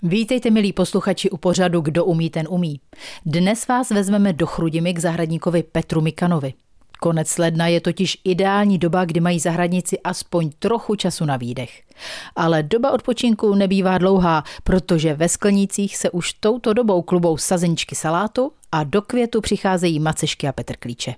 Vítejte, milí posluchači, u pořadu Kdo umí, ten umí. Dnes vás vezmeme do Chrudimi k zahradníkovi Petru Mikanovi. Konec ledna je totiž ideální doba, kdy mají zahradníci aspoň trochu času na výdech. Ale doba odpočinku nebývá dlouhá, protože ve sklenících se už touto dobou klubou sazeničky salátu a do květu přicházejí macešky a petrklíče.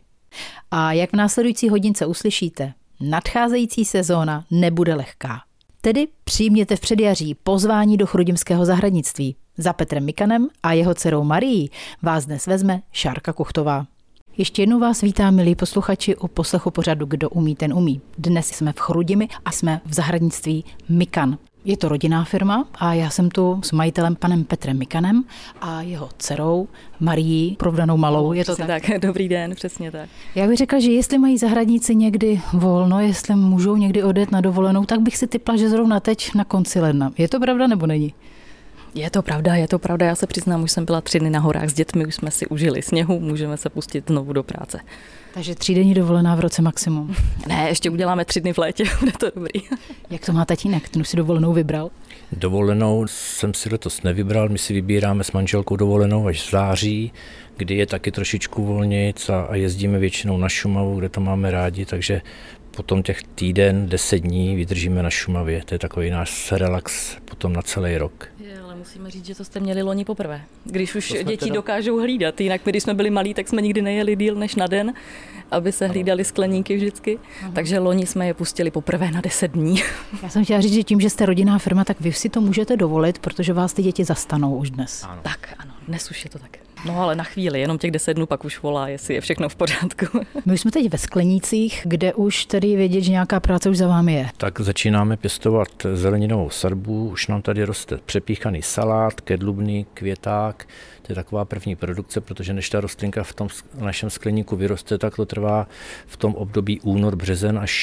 A jak v následující hodince uslyšíte, nadcházející sezóna nebude lehká. Tedy přijměte v předjaří pozvání do chrudimského zahradnictví. Za Petrem Mikanem a jeho dcerou Marií vás dnes vezme Šárka Kuchtová. Ještě jednou vás vítám, milí posluchači, u poslechu pořadu Kdo umí, ten umí. Dnes jsme v Chrudimi a jsme v zahradnictví Mikan. Je to rodinná firma a já jsem tu s majitelem panem Petrem Mikanem a jeho dcerou Marií, provdanou malou. Je to tak? Dobrý den, přesně tak. Já bych řekla, že jestli mají zahradníci někdy volno, jestli můžou někdy odjet na dovolenou, tak bych si typla, že zrovna teď na konci ledna. Je to pravda nebo není? Je to pravda. Já se přiznám, už jsem byla 3 dny na horách s dětmi, už jsme si užili sněhu, můžeme se pustit znovu do práce. Takže 3denní dovolená v roce maximum. Ne, ještě uděláme 3 dny v létě, bude to dobrý. Jak to má tatínek? Ten už si dovolenou vybral? Dovolenou jsem si letos nevybral, my si vybíráme s manželkou dovolenou až v září, kdy je taky trošičku volnějc a jezdíme většinou na Šumavu, kde to máme rádi, takže potom těch týden, 10 dní vydržíme na Šumavě. To je takový náš relax potom na celý rok. Ale musíme říct, že to jste měli loni poprvé. Když už děti dokážou hlídat. Jinak my, když jsme byli malí, tak jsme nikdy nejeli díl než na den, aby se hlídali skleníky vždycky. Takže loni jsme je pustili poprvé na 10 dní. Já jsem chtěla říct, že tím, že jste rodinná firma, tak vy si to můžete dovolit, protože vás ty děti zastanou už dnes. Ano. Tak ano, dnes už je to tak. No ale na chvíli, jenom těch 10 dnů pak už volá, jestli je všechno v pořádku. My už jsme teď ve sklenících, kde už tedy vědět, že nějaká práce už za vámi je. Tak začínáme pěstovat zeleninovou sadbu, už nám tady roste přepíchaný salát, kedlubný, květák. To je taková první produkce, protože než ta rostlinka v tom našem skleníku vyroste, tak to trvá v tom období únor, březen až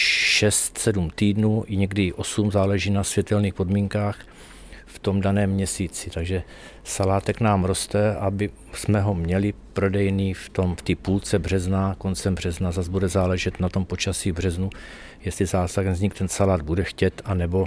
6-7 týdnů, i někdy 8, záleží na světelných podmínkách v tom daném měsíci. Takže salátek nám roste, aby jsme ho měli prodejný v té půlce března, koncem března. Zas bude záležet na tom počasí v březnu, jestli zákazník ten salát bude chtět,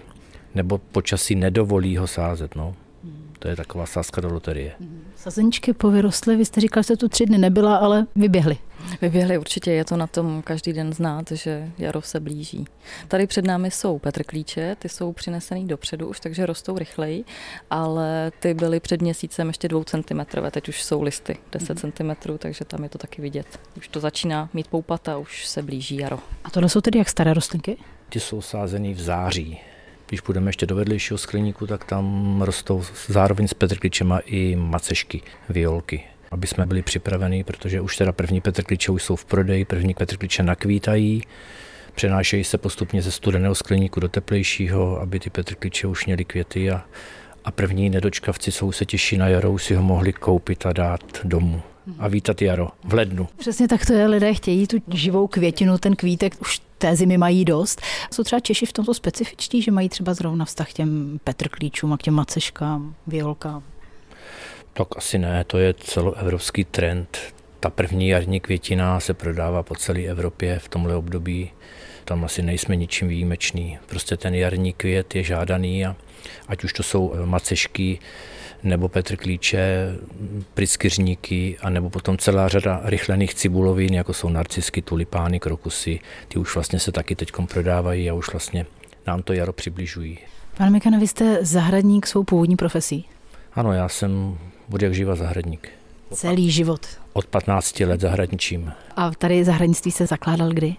nebo počasí nedovolí ho sázet. No. To je taková sázka do loterie. Sazeničky povyrostly, vy jste říkal, že jste tu 3 dny nebyla, ale vyběhly. Vyběhly určitě, je to na tom každý den znát, že jaro se blíží. Tady před námi jsou petrklíče, ty jsou přinesený dopředu už, takže rostou rychleji, ale ty byly před měsícem ještě 2 cm, teď už jsou listy 10 cm, takže tam je to taky vidět. Už to začíná mít poupat a už se blíží jaro. A tohle jsou tedy jak staré rostlinky? Ty jsou sázený v září. Když půjdeme ještě do vedlejšího skleníku, tak tam rostou zároveň s petrklíčema i macešky, violky, aby jsme byli připraveni, protože už teda první petrklíče už jsou v prodeji, první petrklíče nakvítají, přenášejí se postupně ze studeného skleníku do teplejšího, aby ty petrklíče už měly květy a první nedočkavci se těší na jaro, už si ho mohli koupit a dát domů. A vítat jaro v lednu. Přesně tak to je, lidé chtějí tu živou květinu, ten kvítek už té zimy mají dost. Jsou třeba Češi v tomto specifičtí, že mají třeba zrovna vztah k těm petrklíčům a k těm maceškám, violkám? Tak asi ne, to je celoevropský trend. Ta první jarní květina se prodává po celé Evropě v tomhle období. Tam asi nejsme ničím výjimeční. Prostě ten jarní květ je žádaný a ať už to jsou macešky, nebo petrklíče, pryskyřníky, a nebo potom celá řada rychlených cibulovin, jako jsou narcisky, tulipány, krokusy. Ty už vlastně se taky teďkom prodávají a už vlastně nám to jaro přibližují. Pane Mikane, vy jste zahradník svou původní profesí? Ano, já jsem od jak živa zahradník. Celý život? Od 15 let zahradničím. A tady zahradnictví se zakládal kdy?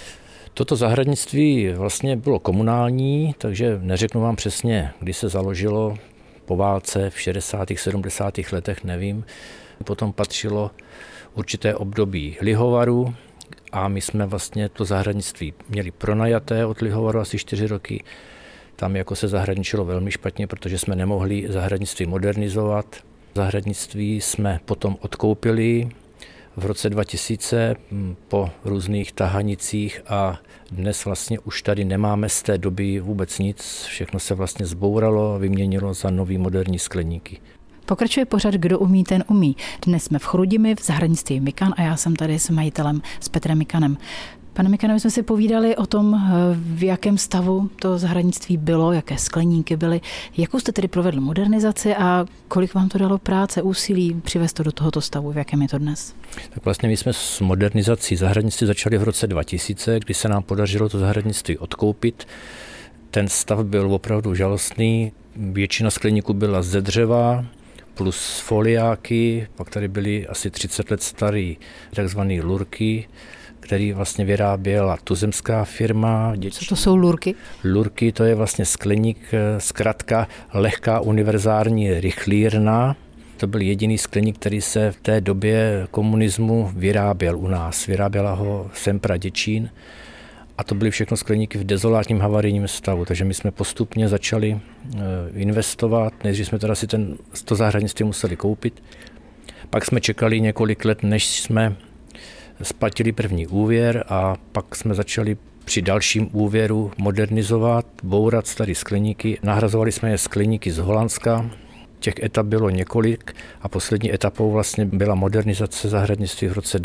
Toto zahradnictví vlastně bylo komunální, takže neřeknu vám přesně, kdy se založilo. Po válce v 60. 70. letech, nevím. Potom patřilo určité období lihovaru a my jsme vlastně to zahradnictví měli pronajaté od lihovaru asi 4 roky. Tam jako se zahradničilo velmi špatně, protože jsme nemohli zahradnictví modernizovat. Zahradnictví jsme potom odkoupili v roce 2000 po různých tahanicích a dnes vlastně už tady nemáme z té doby vůbec nic. Všechno se vlastně zbouralo a vyměnilo za nový moderní skleníky. Pokračuje pořad Kdo umí, ten umí. Dnes jsme v Chrudimi v zahradnictví Mikan a já jsem tady s majitelem, s Petrem Mikanem. Pane Mikane, my jsme si povídali o tom, v jakém stavu to zahradnictví bylo, jaké skleníky byly. Jakou jste tedy provedl modernizaci a kolik vám to dalo práce, úsilí přivést to do tohoto stavu, v jakém je to dnes? Tak vlastně my jsme s modernizací zahradnictví začali v roce 2000, kdy se nám podařilo to zahradnictví odkoupit. Ten stav byl opravdu žalostný. Většina skleníků byla ze dřeva, plus foliáky, pak tady byly asi 30 let starý takzvaný lurky, který vlastně vyráběla tuzemská firma. Co to jsou lurky? Lurky, to je vlastně skleník, zkratka lehká univerzální rychlírna. To byl jediný skleník, který se v té době komunismu vyráběl u nás. Vyráběla ho Sempra Děčín a to byly všechno skleníky v dezolátním havarijním stavu. Takže my jsme postupně začali investovat. Nejdřív jsme teda si to zahradnictví museli koupit. Pak jsme čekali několik let, než jsme splatili první úvěr a pak jsme začali při dalším úvěru modernizovat, bourat staré skleníky. Nahrazovali jsme je skleníky z Holandska. Těch etap bylo několik a poslední etapou vlastně byla modernizace zahradnictví v roce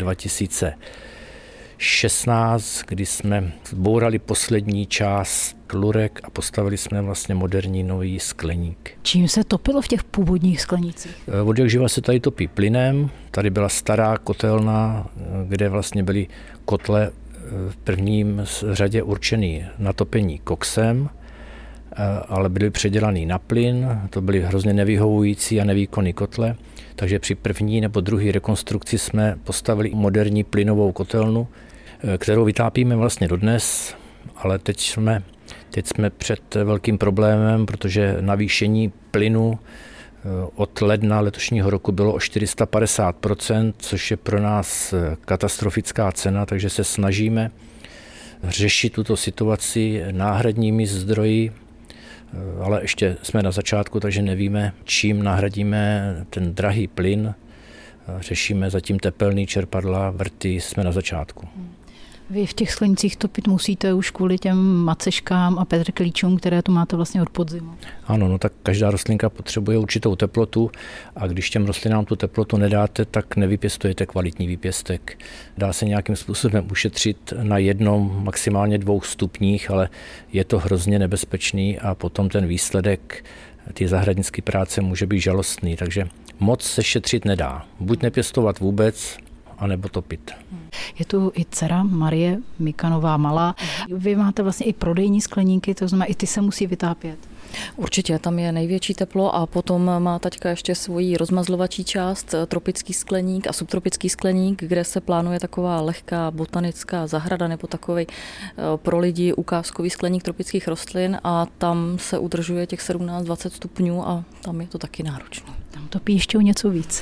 2016, kdy jsme bourali poslední část lurek a postavili jsme vlastně moderní nový skleník. Čím se topilo v těch původních sklenících? Od jak živa se tady topí plynem. Tady byla stará kotelna, kde vlastně byly kotle v prvním řadě určený na topení koksem, ale byly předělaný na plyn. To byly hrozně nevyhovující a nevýkonný kotle. Takže při první nebo druhé rekonstrukci jsme postavili moderní plynovou kotelnu, kterou vytápíme vlastně dodnes, ale teď jsme před velkým problémem, protože navýšení plynu od ledna letošního roku bylo o 450%, což je pro nás katastrofická cena, takže se snažíme řešit tuto situaci náhradními zdroji, ale ještě jsme na začátku, takže nevíme, čím nahradíme ten drahý plyn. Řešíme zatím tepelný čerpadla, vrty, jsme na začátku. Vy v těch sklenících topit musíte už kvůli těm maceškám a petrklíčům, které tu máte vlastně od podzimu. Ano, no tak každá rostlinka potřebuje určitou teplotu a když těm rostlinám tu teplotu nedáte, tak nevypěstujete kvalitní výpěstek. Dá se nějakým způsobem ušetřit na jednom, maximálně 2 stupních, ale je to hrozně nebezpečný a potom ten výsledek ty zahradnické práce může být žalostný, takže moc se šetřit nedá. Buď nepěstovat vůbec, anebo topit. Je tu i dcera Marie Mikanová malá. Vy máte vlastně i prodejní skleníky, to znamená, i ty se musí vytápět. Určitě, tam je největší teplo a potom má taťka ještě svoji rozmazlovací část, tropický skleník a subtropický skleník, kde se plánuje taková lehká botanická zahrada nebo takovej pro lidi ukázkový skleník tropických rostlin a tam se udržuje těch 17-20 stupňů a tam je to taky náročné. Tam topí ještě o něco víc.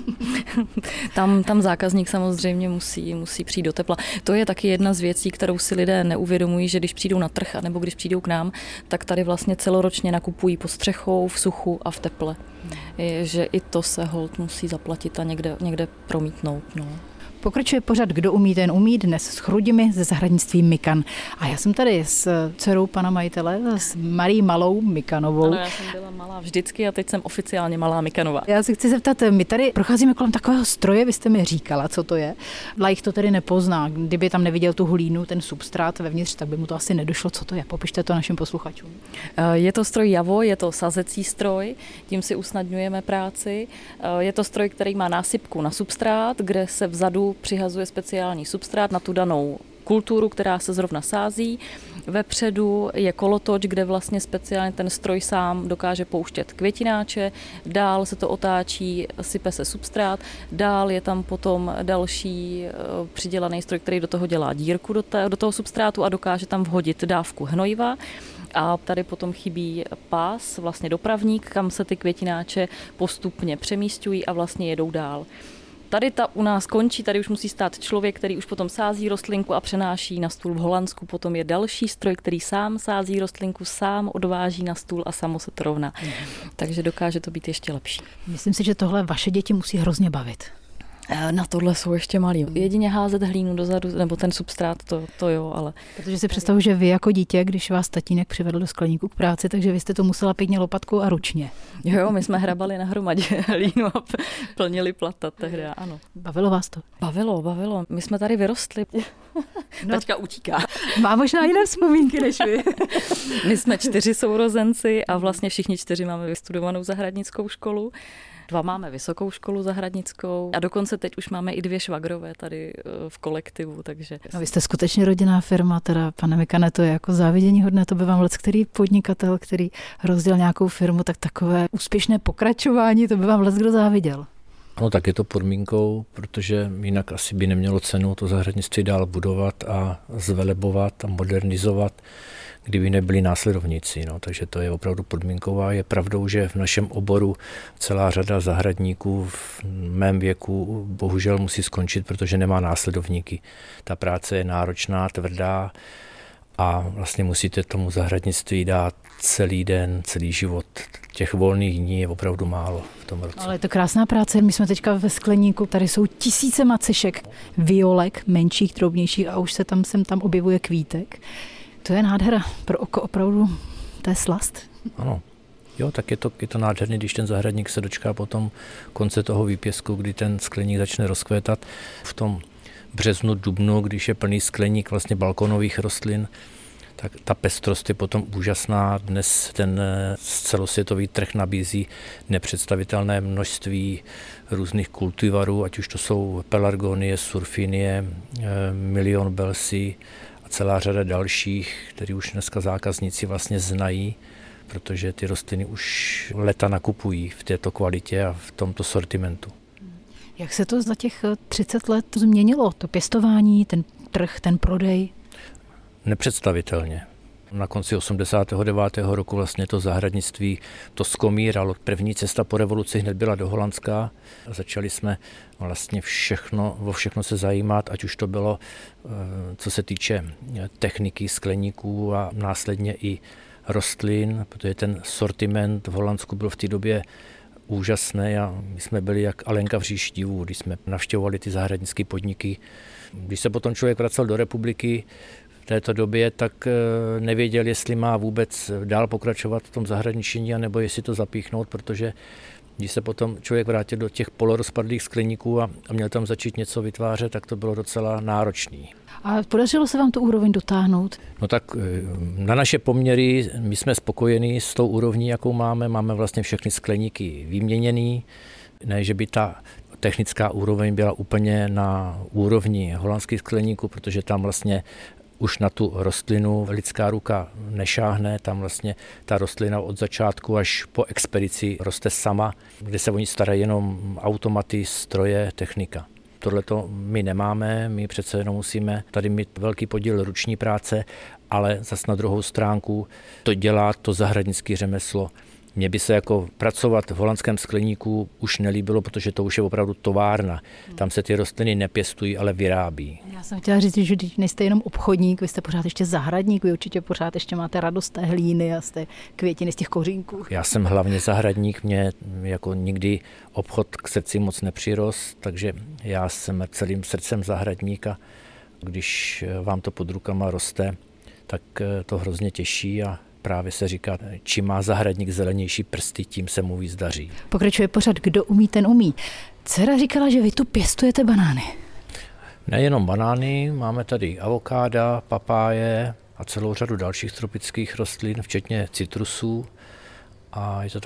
Tam zákazník samozřejmě musí přijít do tepla. To je taky jedna z věcí, kterou si lidé neuvědomují, že když přijdou na trh nebo když přijdou k nám, tak tady vlastně celoročně nakupují pod střechou, v suchu a v teple. Že i to se holt musí zaplatit a někde promítnout. No. Pokračuje pořad Kdo umí, ten umí, dnes s Chrudimi ze zahradnictví Mikan. A já jsem tady s dcerou pana majitele, s Marí Malou Mikanovou. Ano, já jsem byla malá vždycky a teď jsem oficiálně Malá Mikanová. Já se chci zeptat, my tady procházíme kolem takového stroje, vy jste mi říkala, co to je. Laik to tedy nepozná, kdyby tam neviděl tu hlínu, ten substrát vevnitř, tak by mu to asi nedošlo, co to je. Popište to našim posluchačům. Je to stroj Javo, je to sazecí stroj, tím si usnadňujeme práci. Je to stroj, který má násypku na substrát, kde se vzadu přihazuje speciální substrát na tu danou kulturu, která se zrovna sází. Vepředu je kolotoč, kde vlastně speciálně ten stroj sám dokáže pouštět květináče, dál se to otáčí, sype se substrát, dál je tam potom další přidělaný stroj, který do toho dělá dírku do toho substrátu a dokáže tam vhodit dávku hnojiva. A tady potom chybí pás, vlastně dopravník, kam se ty květináče postupně přemísťují a vlastně jedou dál. Tady ta u nás končí, tady už musí stát člověk, který už potom sází rostlinku a přenáší na stůl v Holandsku. Potom je další stroj, který sám sází rostlinku, sám odváží na stůl a samo se to rovná. Takže dokáže to být ještě lepší. Myslím si, že tohle vaše děti musí hrozně bavit. Na tohle jsou ještě malí. Jedině házet hlínu dozadu, nebo ten substrát, to jo, ale... Protože si představuji, že vy jako dítě, když vás tatínek přivedl do skleníku k práci, takže vy jste to musela pěkně lopatkou a ručně. Jo, my jsme hrabali na hromadě hlínu a plnili plata tehdy, ano. Bavilo vás to? Bavilo. My jsme tady vyrostli. Taťka utíká. Má možná jiné vzpomínky než vy. My jsme 4 sourozenci a vlastně všichni 4 máme vystudovanou zahradnickou školu. 2 máme vysokou školu zahradnickou a dokonce teď už máme i 2 švagrové tady v kolektivu, takže... No, vy jste skutečně rodinná firma, teda pane Mikane, to je jako závidění hodné, to by vám leckterý podnikatel, který rozdělil nějakou firmu, tak takové úspěšné pokračování, to by vám leckdo záviděl. No tak je to podmínkou, protože jinak asi by nemělo cenu to zahradnictví dál budovat a zvelebovat a modernizovat, kdyby nebyli následovníci. No, takže to je opravdu podmínkou a je pravdou, že v našem oboru celá řada zahradníků v mém věku bohužel musí skončit, protože nemá následovníky. Ta práce je náročná, tvrdá a vlastně musíte tomu zahradnictví dát celý den, celý život. Těch volných dní je opravdu málo v tom roce. Ale je to krásná práce. My jsme teďka ve skleníku, tady jsou tisíce macešek, violek, menších, drobnějších a už se tam objevuje kvítek. To je nádhera. Pro oko opravdu, to je slast. Ano. Jo, tak je to nádherný, když ten zahradník se dočká potom konce toho výpěsku, kdy ten skleník začne rozkvétat. V tom březnu, dubnu, když je plný skleník vlastně balkonových rostlin, tak ta pestrost je potom úžasná. Dnes ten celosvětový trh nabízí nepředstavitelné množství různých kultivarů, ať už to jsou pelargonie, surfinie, milion belsy a celá řada dalších, které už dneska zákazníci vlastně znají, protože ty rostliny už leta nakupují v této kvalitě a v tomto sortimentu. Jak se to za těch 30 let změnilo? To pěstování, ten trh, ten prodej? Nepředstavitelně. Na konci 89. roku vlastně to zahradnictví to skomíralo. První cesta po revoluci hned byla do Holandska. Začali jsme vlastně o všechno se zajímat, ať už to bylo, co se týče techniky skleníků a následně i rostlin, protože ten sortiment v Holandsku byl v té době úžasný a my jsme byli jak Alenka v říši divů, když jsme navštěvovali ty zahradnické podniky. Když se potom člověk vracel do republiky v této době, tak nevěděl, jestli má vůbec dál pokračovat v tom zahradničení, anebo jestli to zapíchnout, protože když se potom člověk vrátil do těch polorozpadlých skleníků a měl tam začít něco vytvářet, tak to bylo docela náročný. A podařilo se vám tu úroveň dotáhnout? No tak na naše poměry my jsme spokojení s tou úrovní, jakou máme. Máme vlastně všechny skleníky vyměněný. Ne, že by ta technická úroveň byla úplně na úrovni holandských skleníků, protože tam vlastně už na tu rostlinu lidská ruka nešáhne, tam vlastně ta rostlina od začátku až po expedici roste sama, kde se o ní starají jenom automaty, stroje, technika. Tohleto my nemáme, my přece jenom musíme tady mít velký podíl ruční práce, ale zas na druhou stránku to dělá to zahradnické řemeslo. Mně by se jako pracovat v holandském skleníku už nelíbilo, protože to už je opravdu továrna. Tam se ty rostliny nepěstují, ale vyrábí. Já jsem chtěla říct, že nejste jenom obchodník, vy jste pořád ještě zahradník, vy určitě pořád ještě máte radost té hlíny a z té květiny, z těch kořínků. Já jsem hlavně zahradník, mě jako nikdy obchod k srdci moc nepřirost, takže já jsem celým srdcem zahradník a když vám to pod rukama roste, tak to hrozně těší a právě se říká, čím má zahradník zelenější prsty, tím se mu víc daří. Pokračuje pořad, kdo umí, ten umí. Dcera říkala, že vy tu pěstujete banány. Nejenom banány, máme tady avokáda, papáje a celou řadu dalších tropických rostlin, včetně citrusů. A je to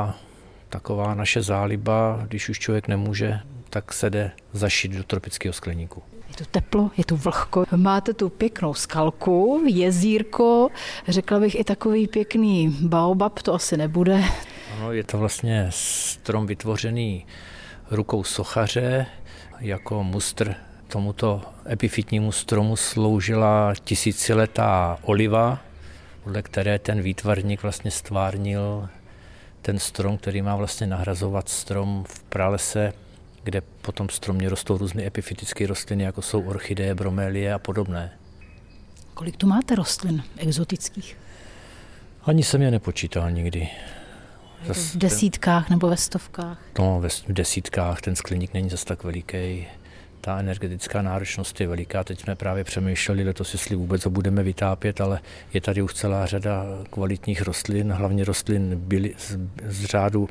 taková naše záliba, když už člověk nemůže, tak se jde zašít do tropického skleníku. Je tu teplo, je tu vlhko, máte tu pěknou skalku, jezírko, řekla bych i takový pěkný baobab, to asi nebude. Ano, je to vlastně strom vytvořený rukou sochaře, jako mustr tomuto epifitnímu stromu sloužila tisíciletá oliva, podle které ten výtvarník vlastně stvárnil ten strom, který má vlastně nahrazovat strom v pralese, kde potom stromně rostou různé epifitické rostliny, jako jsou orchideje, bromélie a podobné. Kolik tu máte rostlin exotických? Ani jsem je nepočítal nikdy. V desítkách nebo ve stovkách? No, v desítkách, ten skleník není zas tak veliký. Ta energetická náročnost je veliká. Teď jsme právě přemýšleli letos, jestli vůbec ho budeme vytápět, ale je tady už celá řada kvalitních rostlin, hlavně rostlin z řádu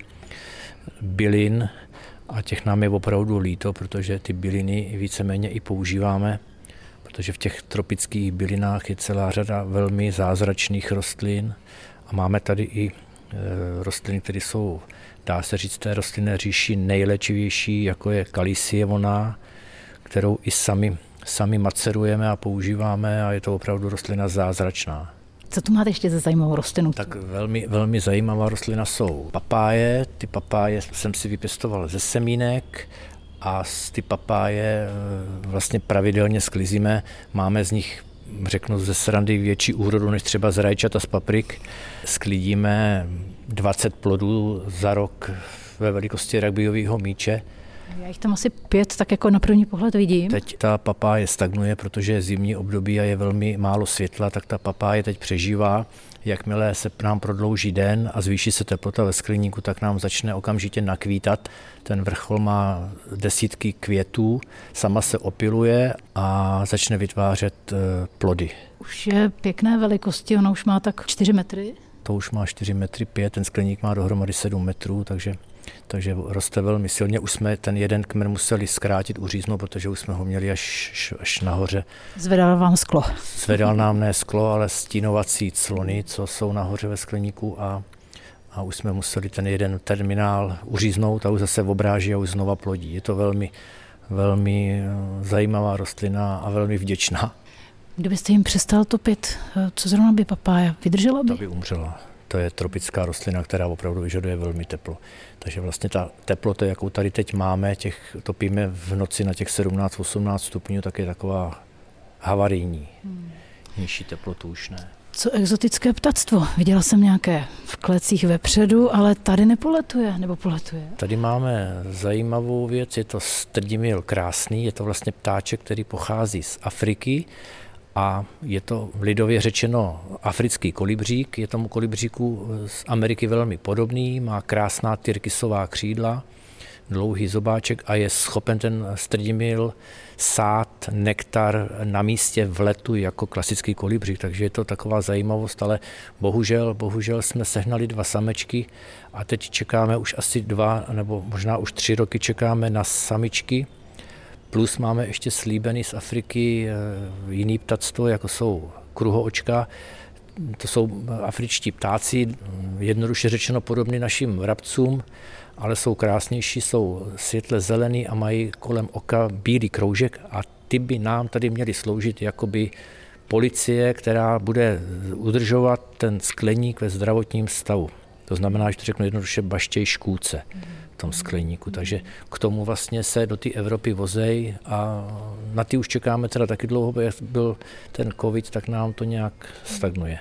bylin, a těch nám je opravdu líto, protože ty byliny víceméně i používáme, protože v těch tropických bylinách je celá řada velmi zázračných rostlin a máme tady i rostliny, které jsou, dá se říct, té rostlinné říši nejléčivější, jako je kalisie voná, kterou i sami macerujeme a používáme a je to opravdu rostlina zázračná. Co tu máte ještě za zajímavou rostlinu? Tak velmi, velmi zajímavá rostlina jsou papáje. Ty papáje jsem si vypěstoval ze semínek a z ty papáje vlastně pravidelně sklizíme. Máme z nich, řeknu ze srandy, větší úrodu než třeba z rajčat a z paprik. Sklidíme 20 plodů za rok ve velikosti rugbyového míče. Já jich tam asi 5, tak jako na první pohled vidím. Teď ta papáje stagnuje, protože je zimní období a je velmi málo světla, tak ta papáje teď přežívá. Jakmile se nám prodlouží den a zvýší se teplota ve skleníku, tak nám začne okamžitě nakvítat. Ten vrchol má desítky květů, sama se opyluje a začne vytvářet plody. Už je pěkné velikosti, ona už má tak 4 metry. To už má 4 metry 5, ten skleník má dohromady 7 metrů, takže roste velmi silně. Už jsme ten jeden kmen museli zkrátit, uříznout, protože už jsme ho měli až nahoře. Zvedal vám sklo. Zvedal nám ne sklo, ale stínovací clony, co jsou nahoře ve skleníku a už jsme museli ten jeden terminál uříznout a už zase obráží a už znova plodí. Je to velmi, velmi zajímavá rostlina a velmi vděčná. Kdybyste jim přestal topit, co zrovna by papája? Vydržela by? To by umřela. To je tropická rostlina, která opravdu vyžaduje velmi teplo. Takže vlastně ta teplota, jakou tady teď máme, topíme v noci na těch 17-18 stupňů, tak je taková havarijní. Nižší teplotu už ne. Co exotické ptactvo? Viděla jsem nějaké v klecích vepředu, ale tady nepoletuje, nebo poletuje? Tady máme zajímavou věc, je to strdimil krásný, je to vlastně ptáček, který pochází z Afriky. A je to lidově řečeno africký kolibřík, je tomu kolibříku z Ameriky velmi podobný, má krásná tyrkysová křídla, dlouhý zobáček a je schopen ten strdimil sát nektar na místě v letu jako klasický kolibřík, takže je to taková zajímavost, ale bohužel jsme sehnali 2 samečky a teď čekáme už asi 2 nebo možná už 3 roky čekáme na samičky. Plus máme ještě slíbený z Afriky jiný ptactvo, jako jsou kruhoočka. To jsou afričtí ptáci, jednoduše řečeno podobný našim vrabcům, ale jsou krásnější, jsou světle zelený a mají kolem oka bílý kroužek a ty by nám tady měly sloužit jakoby policie, která bude udržovat ten skleník ve zdravotním stavu. To znamená, že to řeknu jednoduše, baštěj škůdce v tom skleníku. Takže k tomu vlastně se do té Evropy vozej a na ty už čekáme teda taky dlouho, jak byl ten covid, tak nám to nějak stagnuje.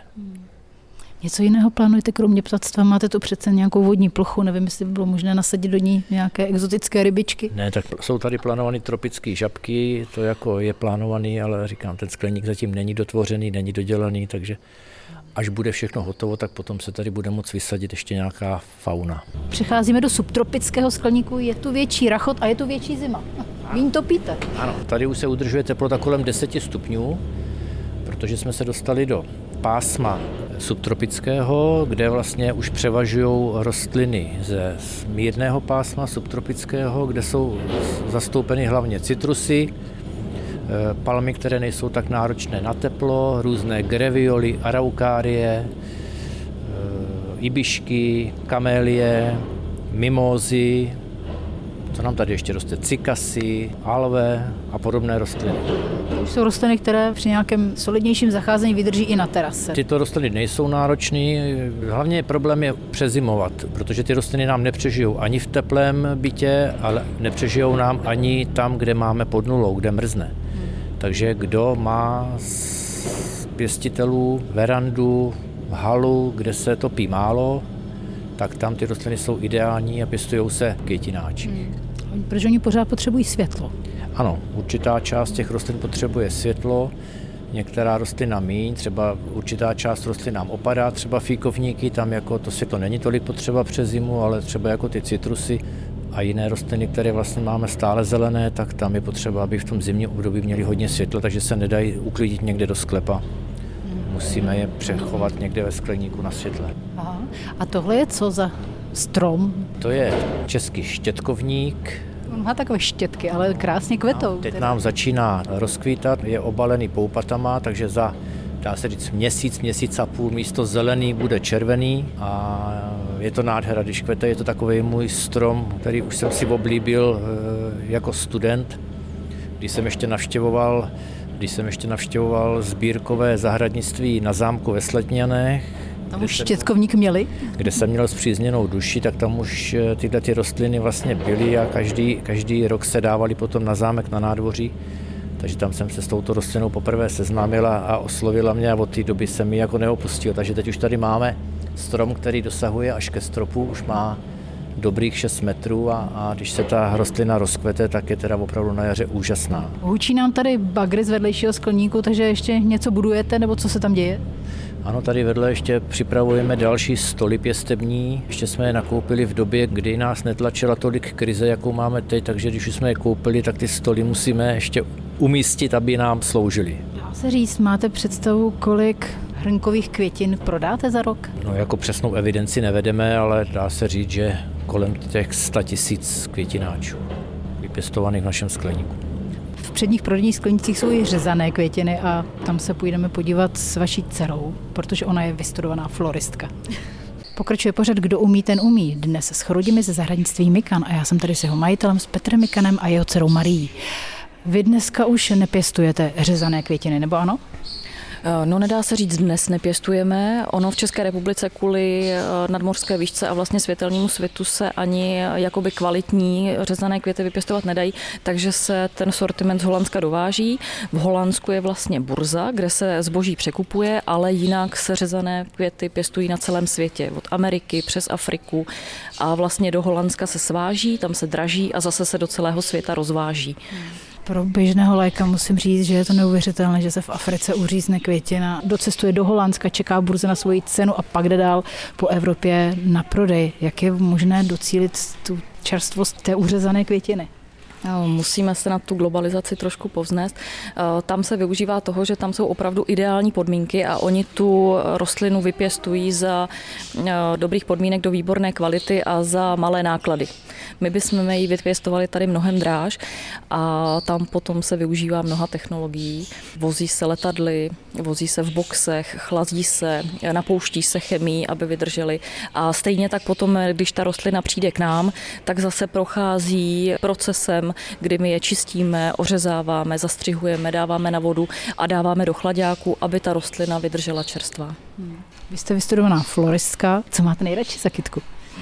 Něco jiného plánujete kromě ptactva? Máte tu přece nějakou vodní plochu? Nevím, jestli by bylo možné nasadit do ní nějaké exotické rybičky? Ne, tak jsou tady plánované tropické žabky, to jako je plánovaný, ale říkám, ten skleník zatím není dotvořený, není dodělaný, takže až bude všechno hotovo, tak potom se tady bude moct vysadit ještě nějaká fauna. Přecházíme do subtropického skleníku, je tu větší rachot a je tu větší zima. Vín topíte? Ano, tady už se udržuje teplota kolem 10 stupňů, protože jsme se dostali do pásma subtropického, kde vlastně už převažují rostliny ze mírného pásma subtropického, kde jsou zastoupeny hlavně citrusy, palmy, které nejsou tak náročné na teplo, různé grevioly, araukárie, ibišky, kamélie, mimózy, co nám tady ještě roste, cikasy, alve a podobné rostliny. To už jsou rostliny, které při nějakém solidnějším zacházení vydrží i na terase. Tyto rostliny nejsou náročné, hlavně problém je přezimovat, protože ty rostliny nám nepřežijou ani v teplém bytě, ale nepřežijou nám ani tam, kde máme pod nulou, kde mrzne. Takže kdo má z pěstitelů verandu, halu, kde se topí málo, tak tam ty rostliny jsou ideální a pěstují se květináči. Protože oni pořád potřebují světlo. Ano, určitá část těch rostlin potřebuje světlo. některá rostlina míň, třeba určitá část rostlin nám opadá, třeba fíkovníky, tam jako to světlo není tolik potřeba přes zimu, ale třeba jako ty citrusy a jiné rostliny, které vlastně máme stále zelené, tak tam je potřeba, aby v tom zimním období měli hodně světla, takže se nedají uklidit někde do sklepa. Musíme je přechovat někde ve skleníku na světle. Aha. A tohle je co za strom? To je český štětkovník. On má takové štětky, ale krásně kvetou. Teď nám začíná rozkvítat, je obalený poupatama, takže za, dá se říct, měsíc a půl místo zelený bude červený a je to nádhera, když kvete, je to takový můj strom, který už jsem si oblíbil jako student, když jsem ještě navštěvoval sbírkové zahradnictví na zámku ve Sletňanech. Tam už štětkovník měli? Kde jsem měl spřízněnou duši, tak tam už tyhle ty rostliny vlastně byly a každý rok se dávaly potom na zámek na nádvoří. Takže tam jsem se s touto rostlinou poprvé seznámila a oslovila mě a od té doby jsem ji jako neopustil. Takže teď už tady máme strom, který dosahuje až ke stropu, už má dobrých 6 metrů a když se ta rostlina rozkvete, tak je teda opravdu na jaře úžasná. Hučí nám tady bagry z vedlejšího skleníku, takže ještě něco budujete, nebo co se tam děje? Ano, tady vedle ještě připravujeme další stoly pěstební. Ještě jsme je nakoupili v době, kdy nás netlačila tolik krize, jakou máme teď, takže když už jsme je koupili, tak ty stoly musíme ještě umístit, aby nám sloužily. Dá se říct, máte představu, kolik hrnkových květin prodáte za rok? No, jako přesnou evidenci nevedeme, ale dá se říct, že kolem těch 100 000 květináčů vypěstovaných v našem skleníku. V předních prodejních sklenících jsou i řezané květiny a tam se půjdeme podívat s vaší dcerou, protože ona je vystudovaná floristka. Pokračuje pořad Kdo umí, ten umí. Dnes s Chrudimi ze zahradnictví Mikan a já jsem tady s jeho majitelem, s Petrem Mikanem a jeho dcerou Marií. Vy dneska už nepěstujete řezané květiny, nebo ano? No, nedá se říct, dnes nepěstujeme. Ono v České republice kvůli nadmořské výšce a vlastně světelnému svitu se ani jakoby kvalitní řezané květy vypěstovat nedají, takže se ten sortiment z Holandska dováží. V Holandsku je vlastně burza, kde se zboží překupuje, ale jinak se řezané květy pěstují na celém světě. Od Ameriky přes Afriku a vlastně do Holandska se sváží, tam se draží a zase se do celého světa rozváží. Pro běžného laika musím říct, že je to neuvěřitelné, že se v Africe uřízne květina, docestuje do Holandska, čeká burze na svoji cenu a pak jde dál po Evropě na prodej. Jak je možné docílit tu čerstvost té uřezané květiny? Musíme se na tu globalizaci trošku povznést. Tam se využívá toho, že tam jsou opravdu ideální podmínky a oni tu rostlinu vypěstují za dobrých podmínek do výborné kvality a za malé náklady. My bychom ji vypěstovali tady mnohem dráž a tam potom se využívá mnoha technologií. Vozí se letadly, vozí se v boxech, chladí se, napouští se chemií, aby vydrželi. A stejně tak potom, když ta rostlina přijde k nám, tak zase prochází procesem, kdy my je čistíme, ořezáváme, zastřihujeme, dáváme na vodu a dáváme do chlaďáku, aby ta rostlina vydržela čerstvá. Vy jste vystudovaná floristka. Co máte nejradši za kytku?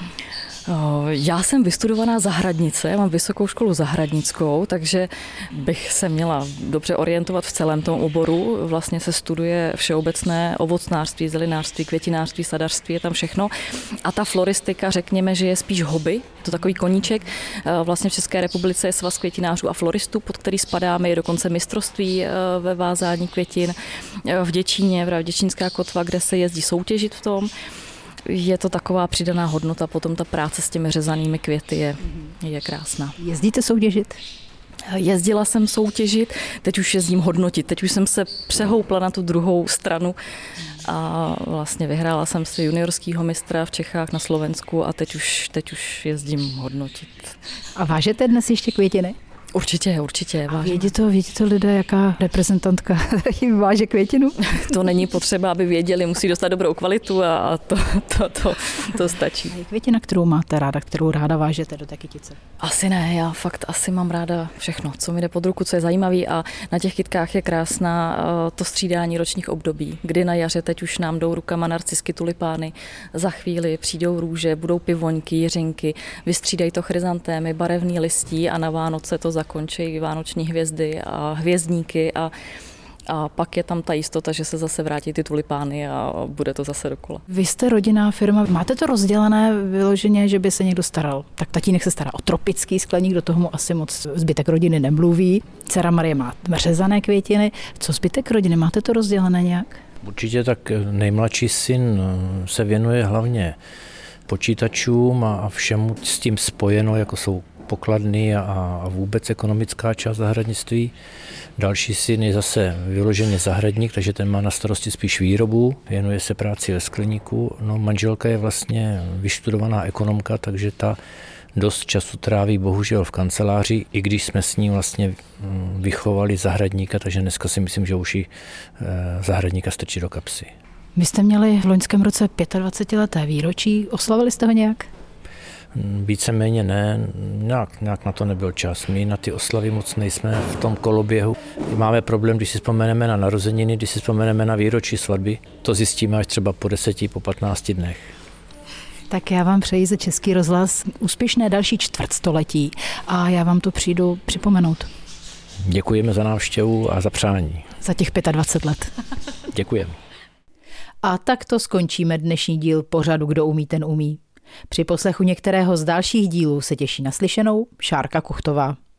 Já jsem vystudovaná zahradnice, mám vysokou školu zahradnickou, takže bych se měla dobře orientovat v celém tom oboru. Vlastně se studuje všeobecné ovocnářství, zelinářství, květinářství, sadařství, je tam všechno. A ta floristika, řekněme, že je spíš hobby, je to takový koníček. Vlastně v České republice je svaz květinářů a floristů, pod který spadáme, je dokonce mistrovství ve vázání květin v Děčíně, v Děčínská kotva, kde se jezdí soutěžit v tom. Je to taková přidaná hodnota, potom ta práce s těmi řezanými květy je krásná. Jezdíte soutěžit? Jezdila jsem soutěžit, teď už jezdím hodnotit, teď už jsem se přehoupla na tu druhou stranu a vlastně vyhrála jsem si juniorského mistra v Čechách, na Slovensku a teď už jezdím hodnotit. A vážete dnes ještě květiny? Určitě. A vědí to lidé, jaká reprezentantka jim váže květinu? To není potřeba, aby věděli, musí dostat dobrou kvalitu a to stačí. A je květina, kterou máte ráda, kterou ráda vážete do té kytice? Asi ne, já fakt asi mám ráda všechno, co mi jde pod ruku, co je zajímavý a na těch kytkách je krásná to střídání ročních období, kdy na jaře teď už nám jdou rukama narcisky, tulipány, za chvíli přijdou růže, budou pivoňky, jiřinky, vystřídají to chryzantémy, barevný listí a na Vánoce to zakončí vánoční hvězdy a hvězdníky a a pak je tam ta jistota, že se zase vrátí ty tulipány a bude to zase dokola. Vy jste rodinná firma, máte to rozdělené vyloženě, že by se někdo staral? Tak tatínek se stará o tropický skleník, do toho mu asi moc zbytek rodiny nemluví. Dcera Marie má řezané květiny. Co zbytek rodiny, máte to rozdělené nějak? Určitě tak nejmladší syn se věnuje hlavně počítačům a všemu s tím spojeno, jako jsou pokladny a vůbec ekonomická část zahradnictví. Další syn je zase vyloženě zahradník, takže ten má na starosti spíš výrobu, věnuje se práci ve skleníku. No, manželka je vlastně vyštudovaná ekonomka, takže ta dost času tráví bohužel v kanceláři, i když jsme s ní vlastně vychovali zahradníka, takže dneska si myslím, že už ji zahradníka strčí do kapsy. Vy jste měli v loňském roce 25leté výročí, oslavili jste ho nějak? Víceméně ne, nějak na to nebyl čas. My na ty oslavy moc nejsme v tom koloběhu. Máme problém, když si vzpomeneme na narozeniny, když si vzpomeneme na výročí svatby. To zjistíme až třeba po 10, po 15 dnech. Tak já vám přeji za Český rozhlas úspěšné další čtvrtstoletí a já vám to přijdu připomenout. Děkujeme za návštěvu a za přání. Za těch 25 let. Děkujeme. A takto skončíme dnešní díl pořadu Kdo umí, ten umí. Při poslechu některého z dalších dílů se těší na slyšenou Šárka Kuchtová.